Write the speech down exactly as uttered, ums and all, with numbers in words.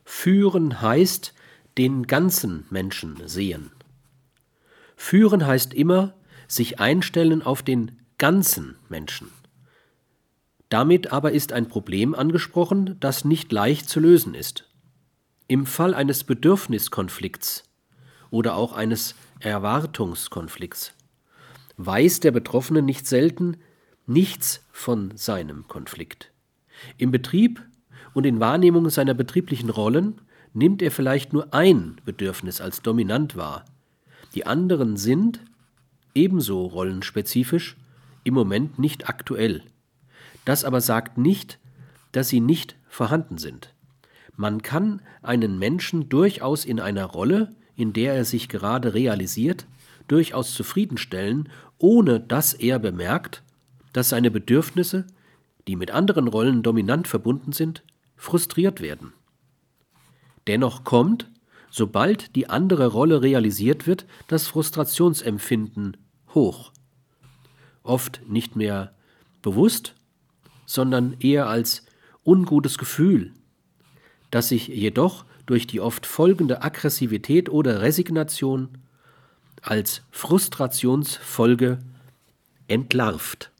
Führen heißt den ganzen Menschen sehen. Führen heißt immer sich einstellen auf den ganzen Menschen. Damit aber ist ein Problem angesprochen, das nicht leicht zu lösen ist. Im Fall eines Bedürfniskonflikts oder auch eines Erwartungskonflikts weiß der Betroffene nicht selten nichts von seinem Konflikt. Im Betrieb und in Wahrnehmung seiner betrieblichen Rollen nimmt er vielleicht nur ein Bedürfnis als dominant wahr. Die anderen sind, ebenso rollenspezifisch, im Moment nicht aktuell. Das aber sagt nicht, dass sie nicht vorhanden sind. Man kann einen Menschen durchaus in einer Rolle, in der er sich gerade realisiert, durchaus zufriedenstellen, ohne dass er bemerkt, dass seine Bedürfnisse, die mit anderen Rollen dominant verbunden sind, frustriert werden. Dennoch kommt, sobald die andere Rolle realisiert wird, das Frustrationsempfinden hoch. Oft nicht mehr bewusst, sondern eher als ungutes Gefühl, das sich jedoch durch die oft folgende Aggressivität oder Resignation als Frustrationsfolge entlarvt.